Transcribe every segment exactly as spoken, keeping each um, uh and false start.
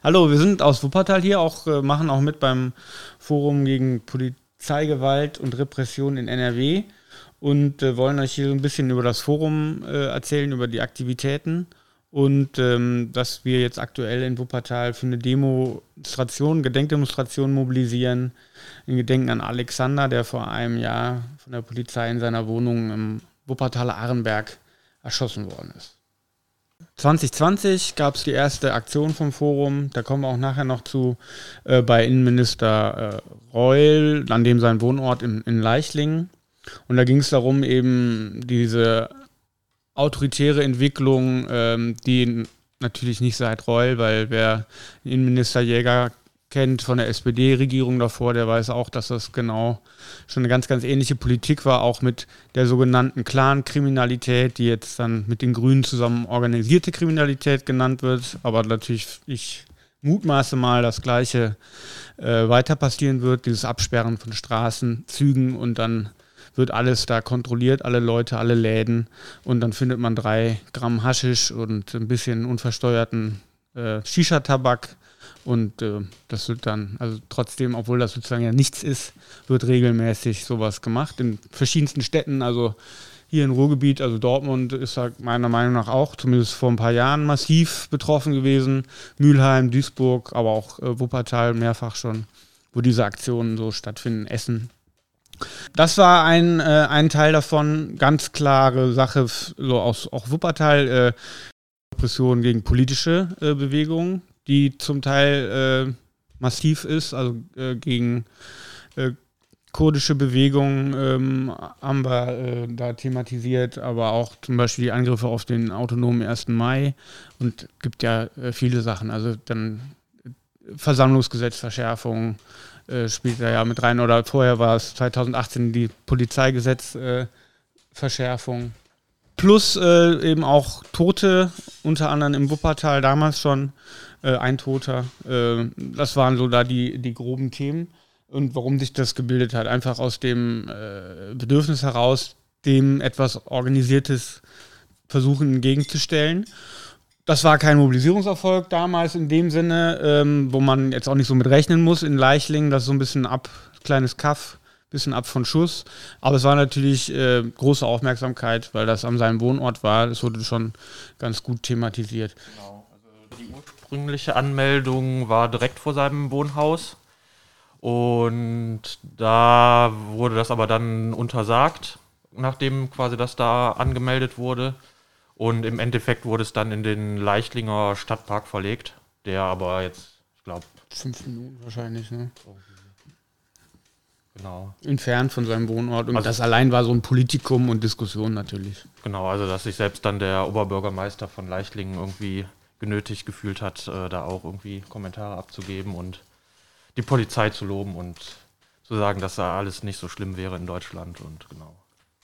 Hallo, wir sind aus Wuppertal hier, auch äh, machen auch mit beim Forum gegen Polizeigewalt und Repression in N R W und äh, wollen euch hier ein bisschen über das Forum äh, erzählen, über die Aktivitäten und ähm, dass wir jetzt aktuell in Wuppertal für eine Demonstration, Gedenkdemonstration mobilisieren, in Gedenken an Alexander, der vor einem Jahr von der Polizei in seiner Wohnung im Wuppertaler Arenberg erschossen worden ist. zwanzig zwanzig gab es die erste Aktion vom Forum, da kommen wir auch nachher noch zu, äh, bei Innenminister äh, Reul, an dem sein Wohnort in, in Leichlingen. Und da ging es darum, eben diese autoritäre Entwicklung, ähm, die natürlich nicht seit Reul, weil wer Innenminister Jäger kennt von der S P D-Regierung davor, der weiß auch, dass das genau schon eine ganz, ganz ähnliche Politik war, auch mit der sogenannten Clan-Kriminalität, die jetzt dann mit den Grünen zusammen organisierte Kriminalität genannt wird, aber natürlich, ich mutmaße mal, das Gleiche äh, weiter passieren wird, dieses Absperren von Straßen, Zügen und dann wird alles da kontrolliert, alle Leute, alle Läden und dann findet man drei Gramm Haschisch und ein bisschen unversteuerten äh, Shisha-Tabak. Und äh, das wird dann, also trotzdem, obwohl das sozusagen ja nichts ist, wird regelmäßig sowas gemacht in verschiedensten Städten. Also hier im Ruhrgebiet, also Dortmund ist da meiner Meinung nach auch, zumindest vor ein paar Jahren, massiv betroffen gewesen. Mülheim, Duisburg, aber auch äh, Wuppertal mehrfach schon, wo diese Aktionen so stattfinden, Essen. Das war ein, äh, ein Teil davon, ganz klare Sache, so aus auch Wuppertal, äh, Repression gegen politische äh, Bewegungen, die zum Teil äh, massiv ist, also äh, gegen äh, kurdische Bewegungen ähm, haben wir äh, da thematisiert, aber auch zum Beispiel die Angriffe auf den autonomen ersten Mai und gibt ja äh, viele Sachen, also dann Versammlungsgesetzverschärfung äh, spielt da ja mit rein, oder vorher war es zwanzig achtzehn die Polizeigesetzverschärfung. Äh, Plus äh, eben auch Tote, unter anderem im Wuppertal damals schon, äh, ein Toter. Äh, das waren so da die, die groben Themen. Und warum sich das gebildet hat, einfach aus dem äh, Bedürfnis heraus, dem etwas Organisiertes versuchen entgegenzustellen. Das war kein Mobilisierungserfolg damals in dem Sinne, ähm, wo man jetzt auch nicht so mit rechnen muss. In Leichlingen, das ist so ein bisschen ab, kleines Kaff, bisschen ab von Schuss, aber es war natürlich äh, große Aufmerksamkeit, weil das an seinem Wohnort war. Das wurde schon ganz gut thematisiert. Genau, also die ursprüngliche Anmeldung war direkt vor seinem Wohnhaus und da wurde das aber dann untersagt, nachdem quasi das da angemeldet wurde, und im Endeffekt wurde es dann in den Leichlinger Stadtpark verlegt, der aber jetzt, ich glaube... Fünf Minuten wahrscheinlich, ne? Genau. Entfernt von seinem Wohnort. Und also das allein war so ein Politikum und Diskussion natürlich. Genau, also dass sich selbst dann der Oberbürgermeister von Leichlingen irgendwie genötigt gefühlt hat, äh, da auch irgendwie Kommentare abzugeben und die Polizei zu loben und zu sagen, dass da alles nicht so schlimm wäre in Deutschland und genau.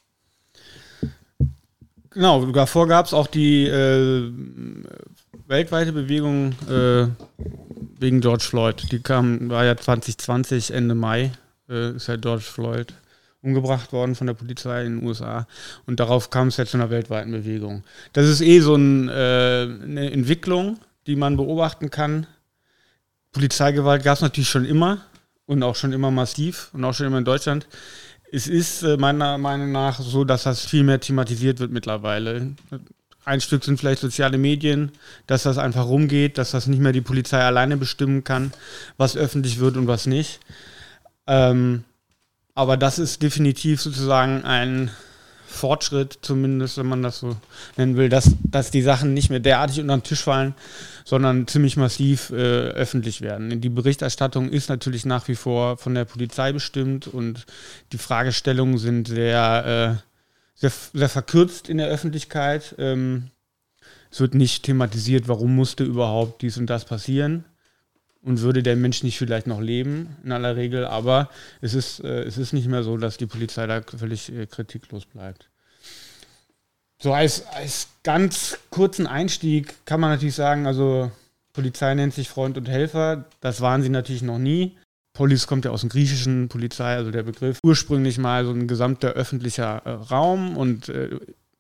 Genau, davor gab es auch die äh, weltweite Bewegung äh, wegen George Floyd. Die kam, war ja zwanzig zwanzig, Ende Mai. Ist halt George Floyd umgebracht worden von der Polizei in den U S A. Und darauf kam es jetzt zu einer weltweiten Bewegung. Das ist eh so ein, äh, eine Entwicklung, die man beobachten kann. Polizeigewalt gab es natürlich schon immer und auch schon immer massiv und auch schon immer in Deutschland. Es ist äh, meiner Meinung nach so, dass das viel mehr thematisiert wird mittlerweile. Ein Stück sind vielleicht soziale Medien, dass das einfach rumgeht, dass das nicht mehr die Polizei alleine bestimmen kann, was öffentlich wird und was nicht. Ähm, aber das ist definitiv sozusagen ein Fortschritt, zumindest wenn man das so nennen will, dass, dass die Sachen nicht mehr derartig unter den Tisch fallen, sondern ziemlich massiv äh, öffentlich werden. Die Berichterstattung ist natürlich nach wie vor von der Polizei bestimmt und die Fragestellungen sind sehr, äh, sehr, sehr verkürzt in der Öffentlichkeit. Ähm, es wird nicht thematisiert, warum musste überhaupt dies und das passieren. Und würde der Mensch nicht vielleicht noch leben, in aller Regel. Aber es ist, äh, es ist nicht mehr so, dass die Polizei da völlig äh, kritiklos bleibt. So als, als ganz kurzen Einstieg kann man natürlich sagen, also Polizei nennt sich Freund und Helfer. Das waren sie natürlich noch nie. Polis kommt ja aus dem griechischen Polizei, also der Begriff. Ursprünglich mal so ein gesamter öffentlicher äh, Raum und äh,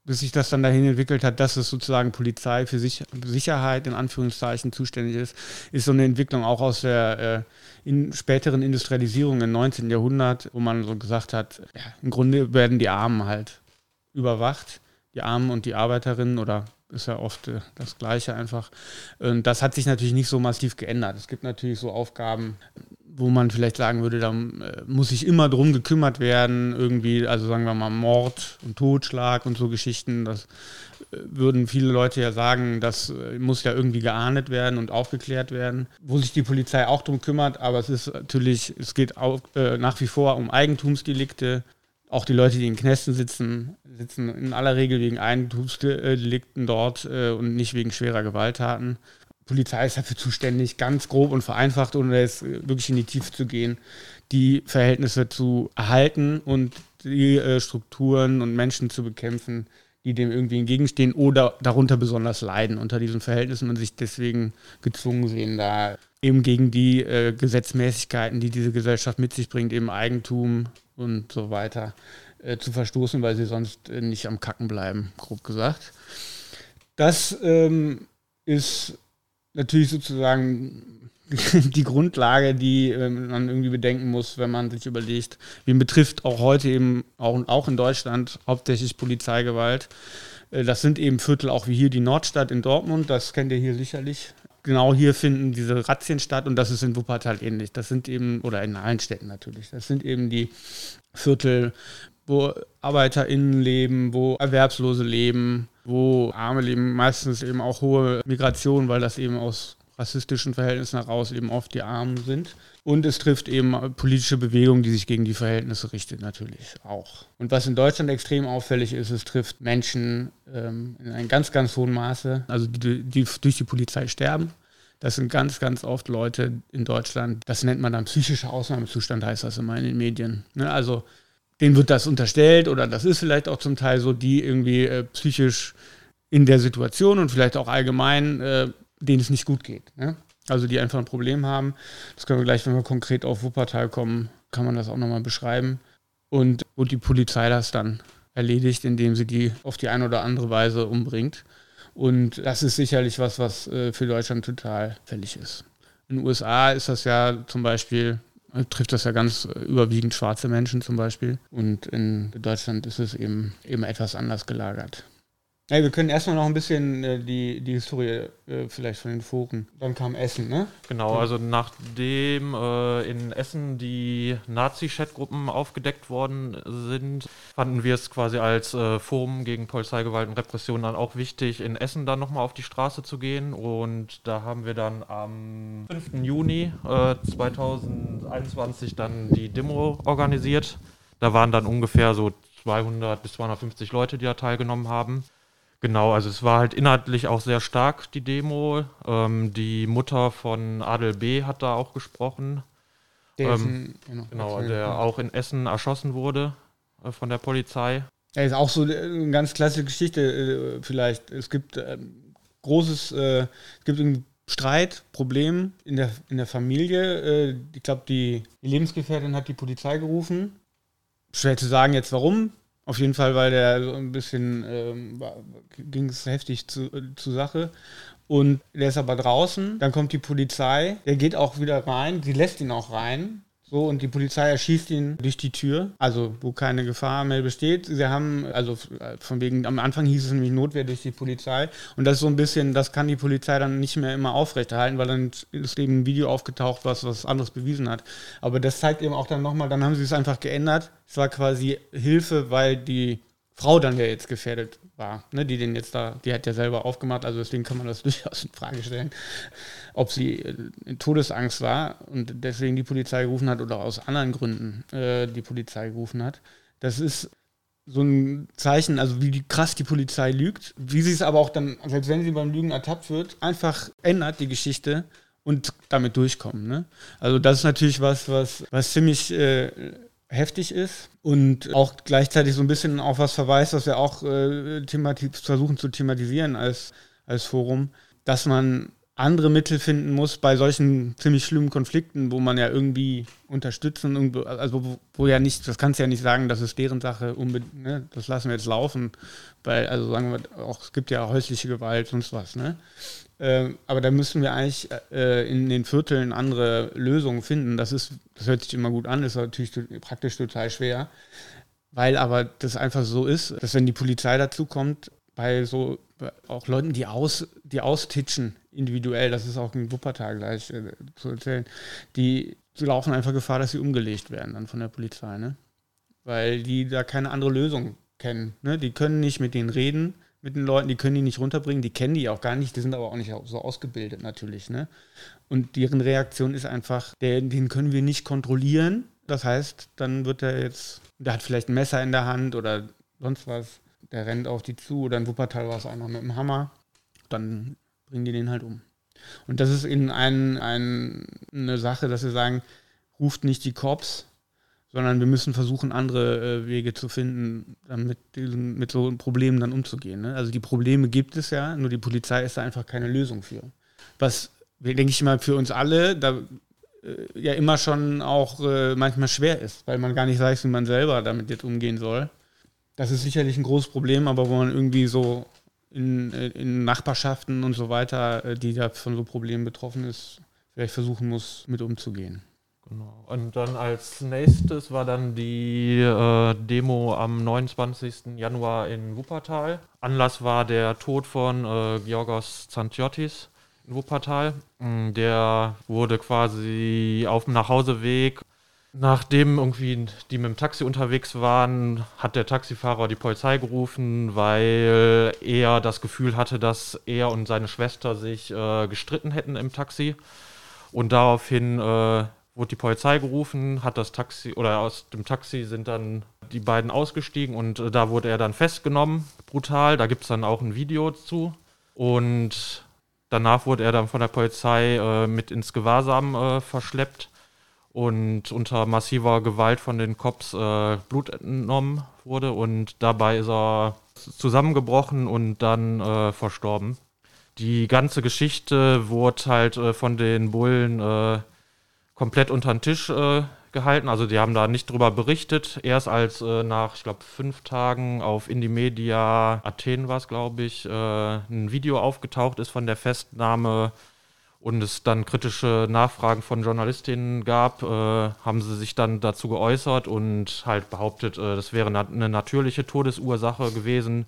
bis sich das dann dahin entwickelt hat, dass es sozusagen Polizei für sich, Sicherheit in Anführungszeichen zuständig ist, ist so eine Entwicklung auch aus der äh, in späteren Industrialisierung im neunzehnten Jahrhundert, wo man so gesagt hat, ja, im Grunde werden die Armen halt überwacht, die Armen und die Arbeiterinnen, oder ist ja oft äh, das Gleiche einfach. Und das hat sich natürlich nicht so massiv geändert. Es gibt natürlich so Aufgaben, wo man vielleicht sagen würde, da äh, muss sich immer drum gekümmert werden, irgendwie, also sagen wir mal Mord und Totschlag und so Geschichten, das äh, würden viele Leute ja sagen, das äh, muss ja irgendwie geahndet werden und aufgeklärt werden, wo sich die Polizei auch drum kümmert, aber es ist natürlich, es geht auch äh, nach wie vor um Eigentumsdelikte. Auch die Leute, die in Knästen sitzen, sitzen in aller Regel wegen Eigentumsdelikten dort äh, und nicht wegen schwerer Gewalttaten. Polizei ist dafür zuständig, ganz grob und vereinfacht, ohne jetzt wirklich in die Tiefe zu gehen, die Verhältnisse zu erhalten und die äh, Strukturen und Menschen zu bekämpfen, die dem irgendwie entgegenstehen oder darunter besonders leiden unter diesen Verhältnissen und sich deswegen gezwungen sehen, da eben gegen die äh, Gesetzmäßigkeiten, die diese Gesellschaft mit sich bringt, eben Eigentum und so weiter, äh, zu verstoßen, weil sie sonst äh, nicht am Kacken bleiben, grob gesagt. Das ähm, ist natürlich sozusagen die Grundlage, die äh, man irgendwie bedenken muss, wenn man sich überlegt, wen betrifft auch heute eben, auch, auch in Deutschland, hauptsächlich Polizeigewalt. Äh, das sind eben Viertel, auch wie hier die Nordstadt in Dortmund, das kennt ihr hier sicherlich. Genau hier finden diese Razzien statt und das ist in Wuppertal ähnlich. Das sind eben, oder in allen Städten natürlich, das sind eben die Viertel, wo ArbeiterInnen leben, wo Erwerbslose leben, wo Arme leben, meistens eben auch hohe Migration, weil das eben aus rassistischen Verhältnissen heraus eben oft die Armen sind. Und es trifft eben politische Bewegungen, die sich gegen die Verhältnisse richtet, natürlich auch. Und was in Deutschland extrem auffällig ist, es trifft Menschen ähm, in einem ganz, ganz hohen Maße, also die, die durch die Polizei sterben. Das sind ganz, ganz oft Leute in Deutschland, das nennt man dann psychischer Ausnahmezustand, heißt das immer in den Medien. Ne? Also denen wird das unterstellt oder das ist vielleicht auch zum Teil so, die irgendwie äh, psychisch in der Situation und vielleicht auch allgemein, äh, denen es nicht gut geht. Ne? Also die einfach ein Problem haben. Das können wir gleich, wenn wir konkret auf Wuppertal kommen, kann man das auch nochmal beschreiben. Und wo die Polizei das dann erledigt, indem sie die auf die eine oder andere Weise umbringt. Und das ist sicherlich was, was äh, für Deutschland total fällig ist. In den U S A ist das ja zum Beispiel, trifft das ja ganz äh, überwiegend schwarze Menschen zum Beispiel. Und in Deutschland ist es eben, eben etwas anders gelagert. Ja, wir können erstmal noch ein bisschen äh, die, die Historie äh, vielleicht von den Foren. Dann kam Essen, ne? Genau, also nachdem äh, in Essen die Nazi-Chat-Gruppen aufgedeckt worden sind, fanden wir es quasi als äh, Forum gegen Polizeigewalt und Repression dann auch wichtig, in Essen dann nochmal auf die Straße zu gehen. Und da haben wir dann am fünften Juni äh, zweitausendeinundzwanzig dann die Demo organisiert. Da waren dann ungefähr so zweihundert bis zweihundertfünfzig Leute, die da teilgenommen haben. Genau, also es war halt inhaltlich auch sehr stark, die Demo. Ähm, die Mutter von Adel B. hat da auch gesprochen. Der ähm, ist ein, genau, der ja. auch in Essen erschossen wurde äh, von der Polizei. Ja, ist auch so eine ganz klassische Geschichte äh, vielleicht. Es gibt äh, großes, äh, es gibt einen Streit, Problem in der, in der Familie. Äh, ich glaube, die, die Lebensgefährtin hat die Polizei gerufen. Schwer zu sagen jetzt warum. Auf jeden Fall, weil der so ein bisschen, ähm, ging es heftig zu, äh, zur Sache. Und der ist aber draußen, dann kommt die Polizei, der geht auch wieder rein, sie lässt ihn auch rein. So, und die Polizei erschießt ihn durch die Tür, also wo keine Gefahr mehr besteht. Sie haben, also von wegen, am Anfang hieß es nämlich Notwehr durch die Polizei. Und das ist so ein bisschen, das kann die Polizei dann nicht mehr immer aufrechterhalten, weil dann ist eben ein Video aufgetaucht, was was anderes bewiesen hat. Aber das zeigt eben auch dann nochmal, dann haben sie es einfach geändert. Es war quasi Hilfe, weil die Frau dann ja jetzt gefährdet war, ne, die den jetzt da, die hat ja selber aufgemacht, also deswegen kann man das durchaus in Frage stellen, ob sie in Todesangst war und deswegen die Polizei gerufen hat oder aus anderen Gründen äh, die Polizei gerufen hat. Das ist so ein Zeichen, also wie krass die Polizei lügt, wie sie es aber auch dann, selbst wenn sie beim Lügen ertappt wird, einfach ändert die Geschichte und damit durchkommen. Ne? Also das ist natürlich was, was, was ziemlich äh, heftig ist und auch gleichzeitig so ein bisschen auf was verweist, was wir auch äh, themati- versuchen zu thematisieren als, als Forum, dass man andere Mittel finden muss bei solchen ziemlich schlimmen Konflikten, wo man ja irgendwie unterstützen, also wo, wo ja nicht, das kannst du ja nicht sagen, das ist deren Sache, unbedingt, ne? Das lassen wir jetzt laufen, weil, also sagen wir auch, es gibt ja häusliche Gewalt, sonst was, ne? Äh, aber da müssen wir eigentlich äh, in den Vierteln andere Lösungen finden. Das ist, das hört sich immer gut an, ist natürlich praktisch total schwer, weil aber das einfach so ist, dass wenn die Polizei dazu kommt, bei so auch Leuten, die aus, die austitschen, individuell, das ist auch in Wuppertal gleich äh, zu erzählen, die, die laufen einfach Gefahr, dass sie umgelegt werden dann von der Polizei, ne? Weil die da keine andere Lösung kennen, ne? Die können nicht mit denen reden, mit den Leuten, die können die nicht runterbringen, die kennen die auch gar nicht, die sind aber auch nicht so ausgebildet natürlich, ne? Und deren Reaktion ist einfach, den, den können wir nicht kontrollieren, das heißt, dann wird er jetzt, der hat vielleicht ein Messer in der Hand oder sonst was, der rennt auf die zu, oder in Wuppertal war es einer mit dem Hammer, dann bringen die den halt um. Und das ist eben ein, ein, eine Sache, dass wir sagen, ruft nicht die Cops, sondern wir müssen versuchen, andere äh, Wege zu finden, damit diesen, mit so Problemen dann umzugehen. Ne? Also die Probleme gibt es ja, nur die Polizei ist da einfach keine Lösung für. Was, denke ich mal, für uns alle da äh, ja immer schon auch äh, manchmal schwer ist, weil man gar nicht weiß, wie man selber damit jetzt umgehen soll. Das ist sicherlich ein großes Problem, aber wo man irgendwie so in, in Nachbarschaften und so weiter, die da von so Problemen betroffen ist, vielleicht versuchen muss, mit umzugehen. Genau. Und dann als nächstes war dann die äh, Demo am neunundzwanzigsten Januar in Wuppertal. Anlass war der Tod von äh, Giorgos Zantiotis in Wuppertal. Der wurde quasi auf dem Nachhauseweg, nachdem irgendwie die mit dem Taxi unterwegs waren, hat der Taxifahrer die Polizei gerufen, weil er das Gefühl hatte, dass er und seine Schwester sich äh, gestritten hätten im Taxi. Und daraufhin äh, wurde die Polizei gerufen, hat das Taxi, oder aus dem Taxi sind dann die beiden ausgestiegen und äh, da wurde er dann festgenommen, brutal. Da gibt es dann auch ein Video zu. Und danach wurde er dann von der Polizei äh, mit ins Gewahrsam äh, verschleppt und unter massiver Gewalt von den Cops äh, Blut entnommen wurde, und dabei ist er zusammengebrochen und dann äh, verstorben. Die ganze Geschichte wurde halt äh, von den Bullen äh, komplett unter den Tisch äh, gehalten, also die haben da nicht drüber berichtet. Erst als äh, nach, ich glaube, fünf Tagen auf Indymedia Athen war es, glaube ich, äh, ein Video aufgetaucht ist von der Festnahme und es dann kritische Nachfragen von Journalistinnen gab, äh, haben sie sich dann dazu geäußert und halt behauptet, äh, das wäre na- eine natürliche Todesursache gewesen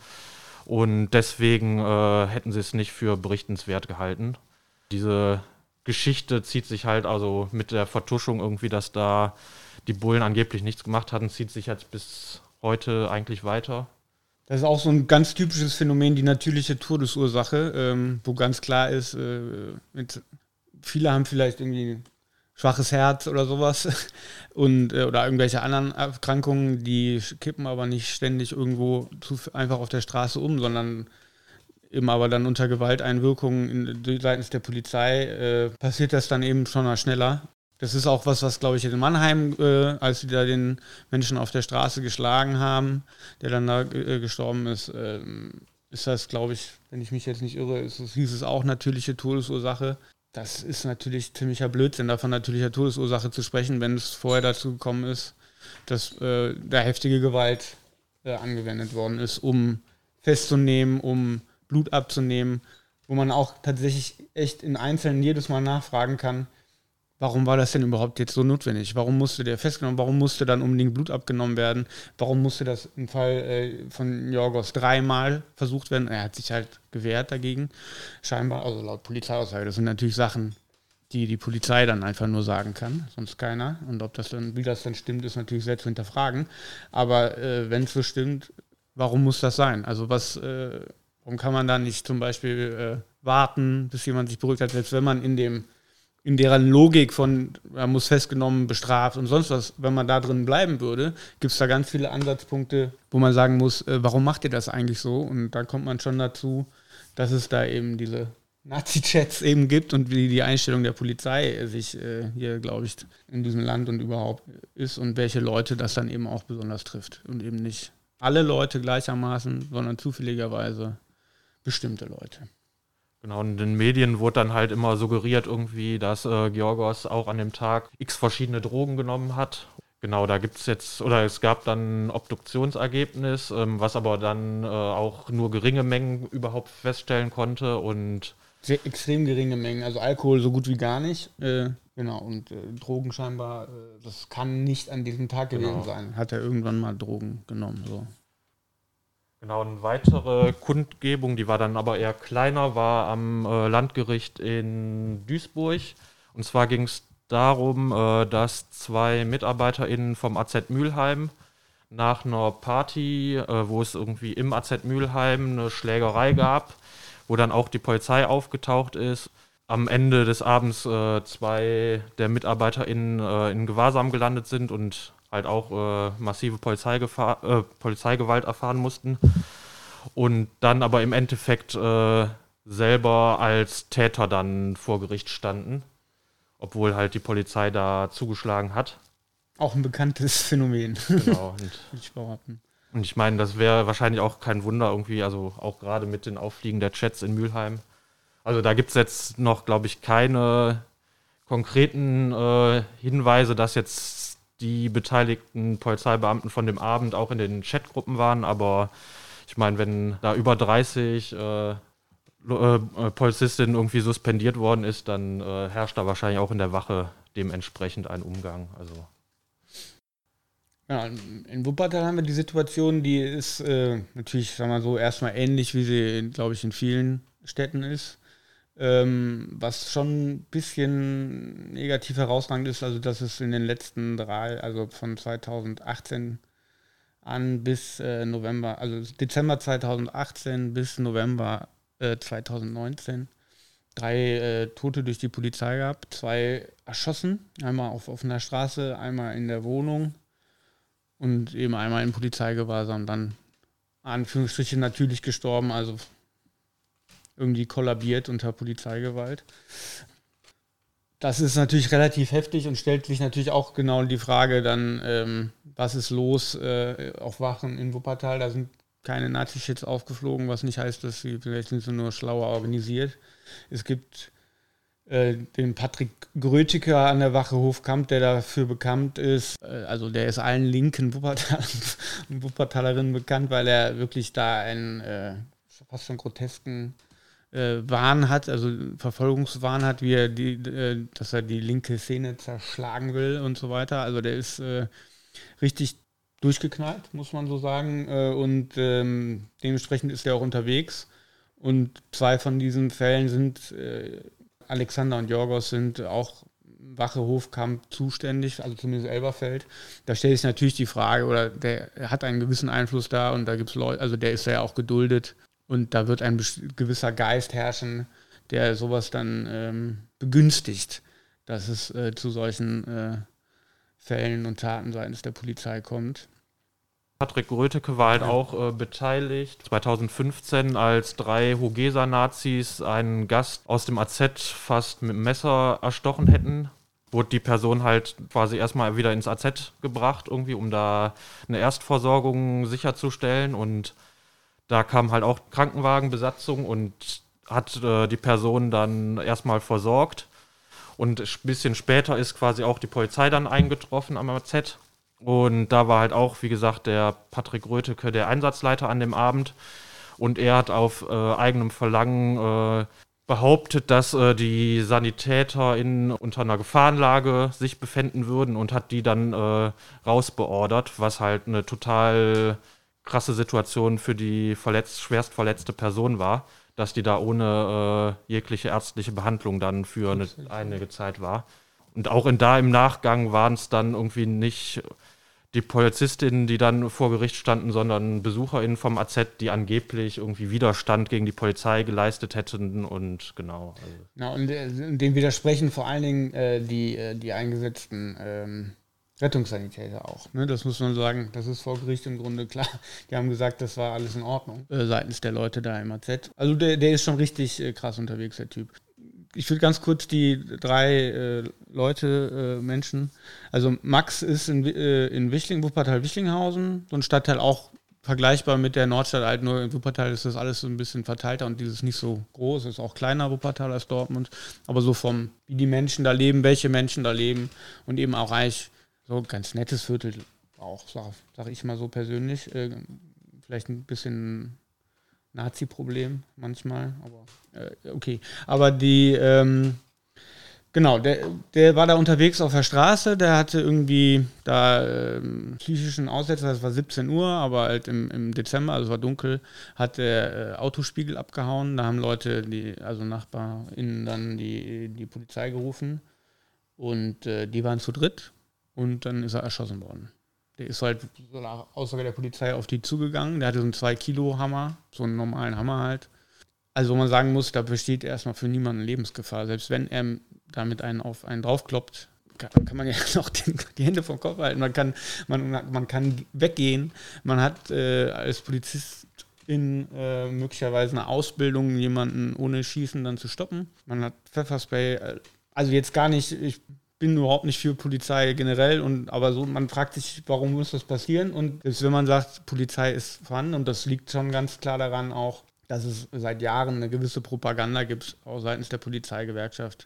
und deswegen äh, hätten sie es nicht für berichtenswert gehalten. Diese Geschichte zieht sich halt also mit der Vertuschung irgendwie, dass da die Bullen angeblich nichts gemacht hatten, zieht sich jetzt bis heute eigentlich weiter. Das ist auch so ein ganz typisches Phänomen, die natürliche Todesursache, ähm, wo ganz klar ist, äh, mit, viele haben vielleicht irgendwie ein schwaches Herz oder sowas und, äh, oder irgendwelche anderen Erkrankungen, die kippen aber nicht ständig irgendwo zu, einfach auf der Straße um, sondern eben aber dann unter Gewalteinwirkungen in, seitens der Polizei äh, passiert das dann eben schon mal schneller. Das ist auch was, was, glaube ich, in Mannheim, äh, als sie da den Menschen auf der Straße geschlagen haben, der dann da äh, gestorben ist, äh, ist das, glaube ich, wenn ich mich jetzt nicht irre, ist, das hieß es auch natürliche Todesursache. Das ist natürlich ziemlicher Blödsinn, davon natürlicher Todesursache zu sprechen, wenn es vorher dazu gekommen ist, dass äh, da heftige Gewalt äh, angewendet worden ist, um festzunehmen, um Blut abzunehmen, wo man auch tatsächlich echt in Einzelnen jedes Mal nachfragen kann, warum war das denn überhaupt jetzt so notwendig? Warum musste der festgenommen, warum musste dann unbedingt Blut abgenommen werden? Warum musste das im Fall äh, von Giorgos dreimal versucht werden? Er hat sich halt gewehrt dagegen, scheinbar, also laut Polizeiaussage. Das sind natürlich Sachen, die die Polizei dann einfach nur sagen kann, sonst keiner. Und ob das dann, wie das dann stimmt, ist natürlich selbst zu hinterfragen. Aber äh, wenn es so stimmt, warum muss das sein? Also was... Äh, Warum kann man da nicht zum Beispiel äh, warten, bis jemand sich beruhigt hat, selbst wenn man in dem, in deren Logik von, er muss festgenommen, bestraft und sonst was, wenn man da drin bleiben würde, gibt es da ganz viele Ansatzpunkte, wo man sagen muss, äh, warum macht ihr das eigentlich so? Und da kommt man schon dazu, dass es da eben diese Nazi-Chats eben gibt und wie die Einstellung der Polizei sich äh, hier, glaube ich, in diesem Land und überhaupt ist und welche Leute das dann eben auch besonders trifft und eben nicht alle Leute gleichermaßen, sondern zufälligerweise bestimmte Leute. Genau, und in den Medien wurde dann halt immer suggeriert irgendwie, dass äh, Giorgos auch an dem Tag x verschiedene Drogen genommen hat. Genau, da gibt es jetzt, oder es gab dann ein Obduktionsergebnis, ähm, was aber dann äh, auch nur geringe Mengen überhaupt feststellen konnte und Sehr extrem geringe Mengen, also Alkohol so gut wie gar nicht. Äh, genau, und äh, Drogen scheinbar, äh, das kann nicht an diesem Tag gewesen Genau. sein. Hat er irgendwann mal Drogen genommen, so. Genau, eine weitere Kundgebung, die war dann aber eher kleiner, war am äh, Landgericht in Duisburg. Und zwar ging es darum, äh, dass zwei MitarbeiterInnen vom A Z Mülheim nach einer Party, äh, wo es irgendwie im A Z Mülheim eine Schlägerei gab, wo dann auch die Polizei aufgetaucht ist. Am Ende des Abends äh, zwei der MitarbeiterInnen äh, in Gewahrsam gelandet sind und halt auch äh, massive Polizeigefahr, äh, Polizeigewalt erfahren mussten und dann aber im Endeffekt äh, selber als Täter dann vor Gericht standen, obwohl halt die Polizei da zugeschlagen hat. Auch ein bekanntes Phänomen. Genau. Und, Würde ich behaupten. und ich meine, das wäre wahrscheinlich auch kein Wunder irgendwie, also auch gerade mit den Auffliegen der Chats in Mülheim. Also da gibt es jetzt noch, glaube ich, keine konkreten äh, Hinweise, dass jetzt die beteiligten Polizeibeamten von dem Abend auch in den Chatgruppen waren, aber ich meine, wenn da über dreißig äh, äh, Polizistinnen irgendwie suspendiert worden ist, dann äh, herrscht da wahrscheinlich auch in der Wache dementsprechend ein Umgang. Also Ja, in Wuppertal haben wir die Situation, die ist äh, natürlich, sagen wir mal so, erstmal ähnlich, wie sie, glaube ich, in vielen Städten ist. Ähm, was schon ein bisschen negativ herausragend ist, also dass es in den letzten drei, also von zweitausendachtzehn an bis äh, November, also Dezember zweitausendachtzehn bis November äh, zweitausendneunzehn, drei äh, Tote durch die Polizei gab, zwei erschossen, einmal auf offener Straße, einmal in der Wohnung und eben einmal in Polizeigewahrsam, dann Anführungsstrichen natürlich gestorben, also irgendwie kollabiert unter Polizeigewalt. Das ist natürlich relativ heftig und stellt sich natürlich auch genau die Frage dann, ähm, was ist los äh, auf Wachen in Wuppertal? Da sind keine Nazischits aufgeflogen, was nicht heißt, dass sie vielleicht sind sie nur schlauer organisiert. Es gibt äh, den Patrick Gröthiker an der Wache Hofkamp, der dafür bekannt ist, äh, also der ist allen linken Wuppertal und Wuppertalerinnen bekannt, weil er wirklich da einen äh, fast schon grotesken Äh, Wahn hat, also Verfolgungswahn hat, wie er die, äh, dass er die linke Szene zerschlagen will und so weiter. Also der ist äh, richtig durchgeknallt, muss man so sagen. Äh, und ähm, dementsprechend ist er auch unterwegs. Und zwei von diesen Fällen sind, äh, Alexander und Giorgos sind auch Wache Hofkamp zuständig, also zumindest Elberfeld. Da stellt sich natürlich die Frage, oder der hat einen gewissen Einfluss da und da gibt es Leute, also der ist ja auch geduldet. Und da wird ein gewisser Geist herrschen, der sowas dann ähm, begünstigt, dass es äh, zu solchen äh, Fällen und Taten seitens der Polizei kommt. Patrick Gröthiker war halt ja. auch äh, beteiligt. zweitausendfünfzehn, als drei Hogeser-Nazis einen Gast aus dem A Z fast mit dem Messer erstochen hätten, wurde die Person halt quasi erstmal wieder ins A Z gebracht, irgendwie, um da eine Erstversorgung sicherzustellen. Und da kam halt auch Krankenwagenbesatzung und hat äh, die Person dann erstmal versorgt. Und ein bisschen später ist quasi auch die Polizei dann eingetroffen am A Z. Und da war halt auch, wie gesagt, der Patrick Gröthiker der Einsatzleiter an dem Abend. Und er hat auf äh, eigenem Verlangen äh, behauptet, dass äh, die SanitäterInnen unter einer Gefahrenlage sich befinden würden und hat die dann äh, rausbeordert, was halt eine total krasse Situation für die verletzt, schwerst verletzte Person war, dass die da ohne äh, jegliche ärztliche Behandlung dann für eine, einige Zeit war. Und auch in da im Nachgang waren es dann irgendwie nicht die Polizistinnen, die dann vor Gericht standen, sondern BesucherInnen vom A Z, die angeblich irgendwie Widerstand gegen die Polizei geleistet hätten und genau. Also. Ja, und äh, dem widersprechen vor allen Dingen äh, die, äh, die eingesetzten ähm, Rettungssanitäter auch. Ne? Das muss man sagen, das ist vor Gericht im Grunde klar. Die haben gesagt, das war alles in Ordnung äh, seitens der Leute da im A Z. Also der, der ist schon richtig äh, krass unterwegs, der Typ. Ich will ganz kurz die drei äh, Leute, äh, Menschen, also Max ist in, äh, in Wichling, Wuppertal-Wichlinghausen, so ein Stadtteil auch vergleichbar mit der Nordstadt halt, nur in Wuppertal ist das alles so ein bisschen verteilter und dieses nicht so groß, ist auch kleiner Wuppertal als Dortmund, aber so vom, wie die Menschen da leben, welche Menschen da leben und eben auch eigentlich so ein ganz nettes Viertel, auch, sag, sag ich mal so persönlich, äh, vielleicht ein bisschen Nazi-Problem manchmal, aber äh, okay. Aber die, ähm, genau, der, der war da unterwegs auf der Straße, der hatte irgendwie da ähm, psychischen Aussetzer, das war siebzehn Uhr, aber halt im, im Dezember, also es war dunkel, hat der äh, Autospiegel abgehauen, da haben Leute, die, also NachbarInnen dann die, die Polizei gerufen und äh, die waren zu dritt und dann ist er erschossen worden. Der ist halt so nach Aussage der Polizei auf die zugegangen. Der hatte so einen zwei Kilo Hammer, so einen normalen Hammer halt. Also wo man sagen muss, da besteht erstmal für niemanden Lebensgefahr. Selbst wenn er damit einen auf einen draufkloppt, kann, kann man ja noch den, die Hände vom Kopf halten. Man kann, man, man kann weggehen. Man hat äh, als Polizistin äh, möglicherweise eine Ausbildung, jemanden ohne Schießen dann zu stoppen. Man hat Pfefferspray. Äh, also jetzt gar nicht... Ich, bin überhaupt nicht für Polizei generell, und aber so, man fragt sich, warum muss das passieren? Und selbst wenn man sagt, Polizei ist vorhanden, und das liegt schon ganz klar daran auch, dass es seit Jahren eine gewisse Propaganda gibt, auch seitens der Polizeigewerkschaft.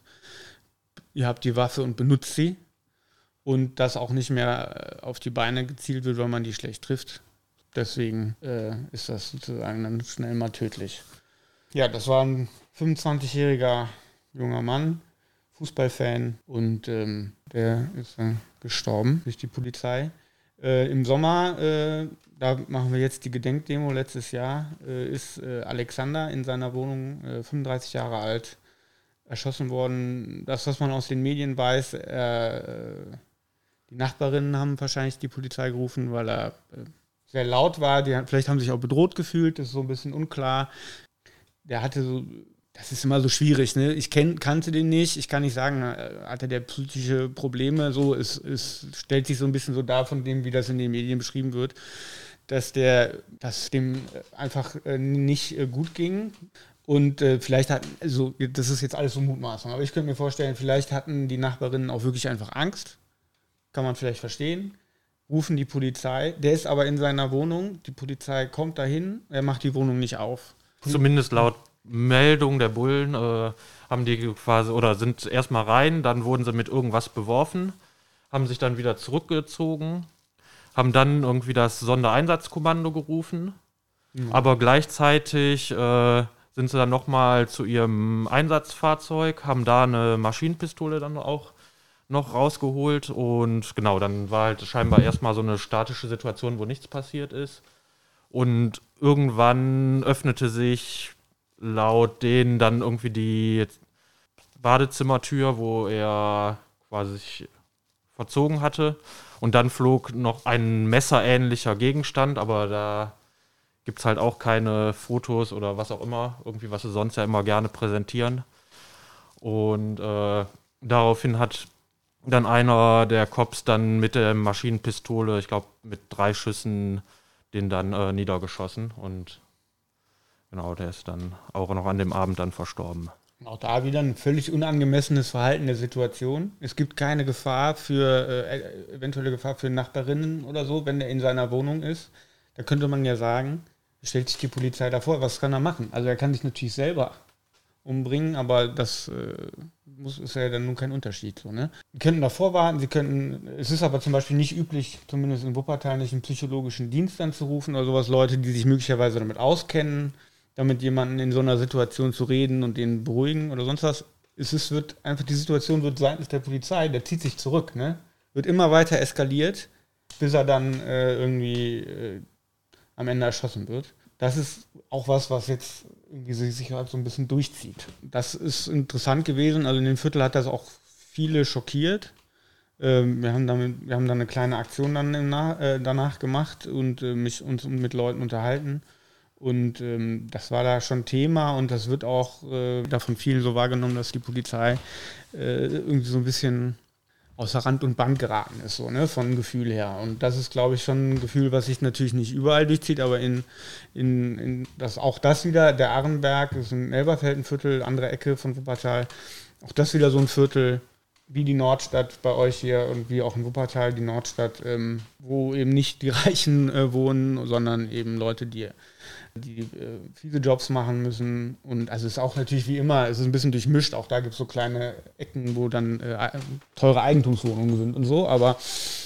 Ihr habt die Waffe und benutzt sie, und dass auch nicht mehr auf die Beine gezielt wird, weil man die schlecht trifft. Deswegen äh, ist das sozusagen dann schnell mal tödlich. Ja, das war ein fünfundzwanzigjähriger junger Mann, Fußballfan, und ähm, der ist dann gestorben durch die Polizei. Äh, Im Sommer, äh, da machen wir jetzt die Gedenkdemo, letztes Jahr, äh, ist äh, Alexander in seiner Wohnung, äh, fünfunddreißig Jahre alt, erschossen worden. Das, was man aus den Medien weiß, äh, die Nachbarinnen haben wahrscheinlich die Polizei gerufen, weil er äh, sehr laut war. Die, vielleicht haben sich auch bedroht gefühlt, das ist so ein bisschen unklar. Der hatte so... Das ist immer so schwierig, ne? Ich kenn, kannte den nicht, ich kann nicht sagen, hatte der psychische Probleme, so, es, es stellt sich so ein bisschen so dar von dem, wie das in den Medien beschrieben wird, dass der, dass dem einfach nicht gut ging, und äh, vielleicht hatten, also das ist jetzt alles so Mutmaßung, aber ich könnte mir vorstellen, vielleicht hatten die Nachbarinnen auch wirklich einfach Angst, kann man vielleicht verstehen, rufen die Polizei, der ist aber in seiner Wohnung, die Polizei kommt dahin, er macht die Wohnung nicht auf. Zumindest laut Meldung der Bullen äh, haben die quasi, oder sind erstmal rein, dann wurden sie mit irgendwas beworfen, haben sich dann wieder zurückgezogen, haben dann irgendwie das Sondereinsatzkommando gerufen, mhm. aber gleichzeitig äh, sind sie dann nochmal zu ihrem Einsatzfahrzeug, haben da eine Maschinenpistole dann auch noch rausgeholt, und genau, dann war halt scheinbar erstmal so eine statische Situation, wo nichts passiert ist, und irgendwann öffnete sich laut denen dann irgendwie die Badezimmertür, wo er quasi sich verzogen hatte. Und dann flog noch ein messerähnlicher Gegenstand, aber da gibt es halt auch keine Fotos oder was auch immer, irgendwie, was sie sonst ja immer gerne präsentieren. Und äh, daraufhin hat dann einer der Cops dann mit der Maschinenpistole, ich glaube mit drei Schüssen, den dann äh, niedergeschossen, und genau, der ist dann auch noch an dem Abend dann verstorben. Auch da wieder ein völlig unangemessenes Verhalten der Situation. Es gibt keine Gefahr für, äh, eventuelle Gefahr für Nachbarinnen oder so, wenn er in seiner Wohnung ist. Da könnte man ja sagen, stellt sich die Polizei davor, was kann er machen? Also er kann sich natürlich selber umbringen, aber das äh, muss, ist ja dann nun kein Unterschied. So, ne? Sie könnten davor warten, sie könnten, es ist aber zum Beispiel nicht üblich, zumindest in Wuppertal, nicht einen psychologischen Dienst anzurufen oder sowas, Leute, die sich möglicherweise damit auskennen, damit jemanden in so einer Situation zu reden und den beruhigen oder sonst was. Es ist, wird einfach, die Situation wird seitens der Polizei, der zieht sich zurück, ne? Wird immer weiter eskaliert, bis er dann äh, irgendwie äh, am Ende erschossen wird. Das ist auch was, was jetzt irgendwie sich halt so ein bisschen durchzieht. Das ist interessant gewesen, also in dem Viertel hat das auch viele schockiert. Ähm, wir haben damit, wir haben dann eine kleine Aktion dann im Na- äh, danach gemacht und äh, mich uns mit Leuten unterhalten. Und ähm, das war da schon Thema, und das wird auch äh, da von vielen so wahrgenommen, dass die Polizei äh, irgendwie so ein bisschen außer Rand und Band geraten ist, so, ne, vom Gefühl her. Und das ist, glaube ich, schon ein Gefühl, was sich natürlich nicht überall durchzieht, aber in, in, in das, auch das wieder, der Arrenberg, ist ein Elberfelden-Viertel, andere Ecke von Wuppertal, auch das wieder so ein Viertel, wie die Nordstadt bei euch hier und wie auch in Wuppertal die Nordstadt, ähm, wo eben nicht die Reichen äh, wohnen, sondern eben Leute, die, die äh, viele Jobs machen müssen. Und also es ist auch natürlich wie immer, es ist ein bisschen durchmischt. Auch da gibt es so kleine Ecken, wo dann äh, teure Eigentumswohnungen sind und so. Aber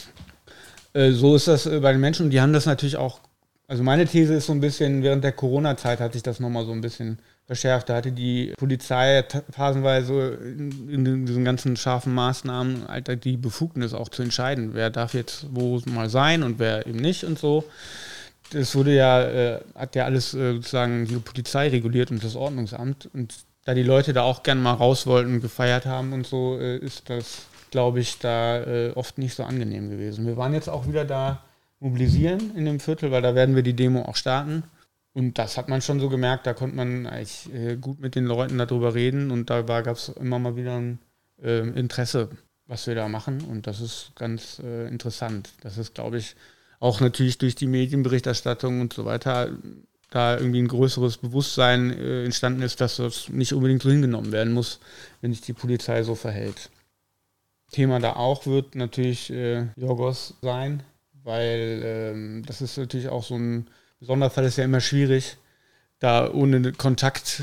äh, so ist das äh, bei den Menschen. Und die haben das natürlich auch, also meine These ist so ein bisschen, während der Corona-Zeit hat sich das nochmal so ein bisschen verschärft. Da hatte die Polizei phasenweise in, in diesen ganzen scharfen Maßnahmen halt die Befugnis auch zu entscheiden, wer darf jetzt wo mal sein und wer eben nicht und so. Das wurde ja, äh, hat ja alles äh, sozusagen die Polizei reguliert und das Ordnungsamt. Und da die Leute da auch gerne mal raus wollten, gefeiert haben und so, äh, ist das, glaube ich, da äh, oft nicht so angenehm gewesen. Wir waren jetzt auch wieder da mobilisieren in dem Viertel, weil da werden wir die Demo auch starten. Und das hat man schon so gemerkt, da konnte man eigentlich äh, gut mit den Leuten darüber reden und da gab es immer mal wieder ein äh, Interesse, was wir da machen und das ist ganz äh, interessant. Das ist, glaube ich, auch natürlich durch die Medienberichterstattung und so weiter da irgendwie ein größeres Bewusstsein äh, entstanden ist, dass das nicht unbedingt so hingenommen werden muss, wenn sich die Polizei so verhält. Thema da auch wird natürlich äh, Yorgos sein, weil ähm, das ist natürlich auch so ein Sonderfall, ist ja immer schwierig, da ohne Kontakt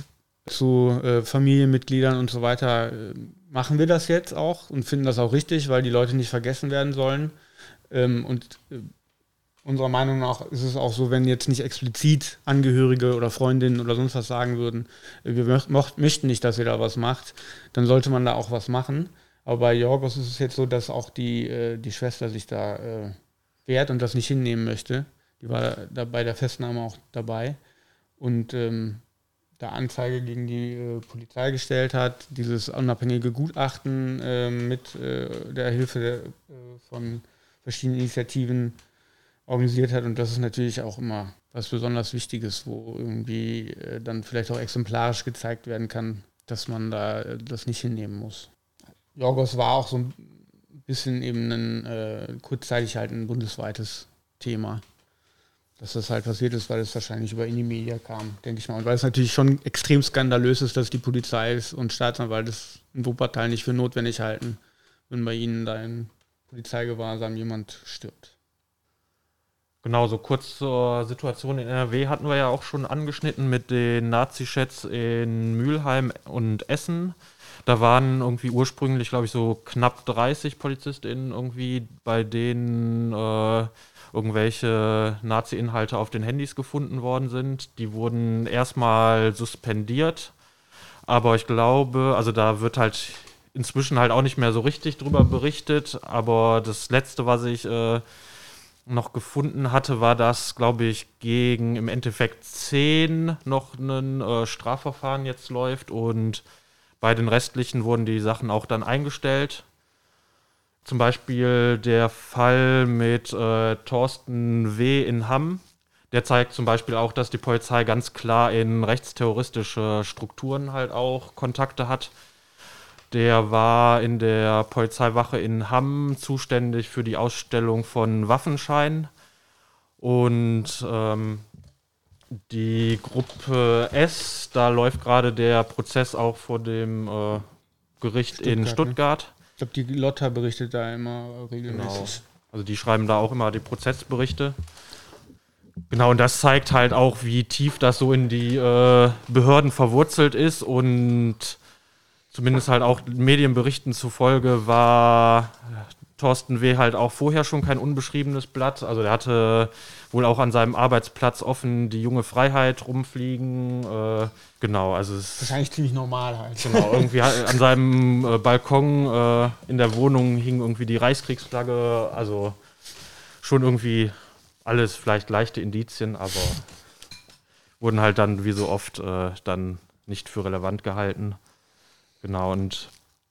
zu äh, Familienmitgliedern und so weiter äh, machen wir das jetzt auch und finden das auch richtig, weil die Leute nicht vergessen werden sollen. Ähm, und äh, unserer Meinung nach ist es auch so, wenn jetzt nicht explizit Angehörige oder Freundinnen oder sonst was sagen würden, äh, wir mö- möchten nicht, dass ihr da was macht, dann sollte man da auch was machen. Aber bei Yorgos ist es jetzt so, dass auch die, äh, die Schwester sich da äh, wehrt und das nicht hinnehmen möchte. Die war da bei der Festnahme auch dabei und ähm, da Anzeige gegen die äh, Polizei gestellt hat, dieses unabhängige Gutachten äh, mit äh, der Hilfe der, äh, von verschiedenen Initiativen organisiert hat und das ist natürlich auch immer was besonders Wichtiges, wo irgendwie äh, dann vielleicht auch exemplarisch gezeigt werden kann, dass man da äh, das nicht hinnehmen muss. Yorgos war auch so ein bisschen eben ein äh, kurzzeitig halt ein bundesweites Thema. Dass das halt passiert ist, weil es wahrscheinlich über Inimedia kam, denke ich mal. Und weil es natürlich schon extrem skandalös ist, dass die Polizei und Staatsanwalt es in Wuppertal nicht für notwendig halten, wenn bei ihnen da in Polizeigewahrsam jemand stirbt. Genau, so kurz zur Situation in N R W hatten wir ja auch schon angeschnitten mit den Nazi-Chats in Mülheim und Essen. Da waren irgendwie ursprünglich, glaube ich, so knapp dreißig PolizistInnen irgendwie, bei denen äh, irgendwelche Nazi-Inhalte auf den Handys gefunden worden sind. Die wurden erstmal suspendiert, aber ich glaube, also da wird halt inzwischen halt auch nicht mehr so richtig drüber berichtet, aber das Letzte, was ich äh, noch gefunden hatte, war, dass, glaube ich, gegen im Endeffekt zehn noch ein äh, Strafverfahren jetzt läuft und bei den restlichen wurden die Sachen auch dann eingestellt. Zum Beispiel der Fall mit äh, Thorsten W. in Hamm. Der zeigt zum Beispiel auch, dass die Polizei ganz klar in rechtsterroristische Strukturen halt auch Kontakte hat. Der war in der Polizeiwache in Hamm zuständig für die Ausstellung von Waffenscheinen. Und ähm, die Gruppe S, da läuft gerade der Prozess auch vor dem äh, Gericht Stuttgart, in Stuttgart. Ne? Ich glaube, die Lotta berichtet da immer regelmäßig. Genau. Also die schreiben da auch immer die Prozessberichte. Genau, und das zeigt halt auch, wie tief das so in die äh, Behörden verwurzelt ist und zumindest halt auch Medienberichten zufolge war Thorsten W. halt auch vorher schon kein unbeschriebenes Blatt. Also der hatte wohl auch an seinem Arbeitsplatz offen die junge Freiheit rumfliegen. Äh, genau, also es ist wahrscheinlich ziemlich normal halt. Genau, irgendwie an seinem äh, Balkon äh, in der Wohnung hing irgendwie die Reichskriegsflagge. Also schon irgendwie alles vielleicht leichte Indizien, aber wurden halt dann wie so oft äh, dann nicht für relevant gehalten. Genau, und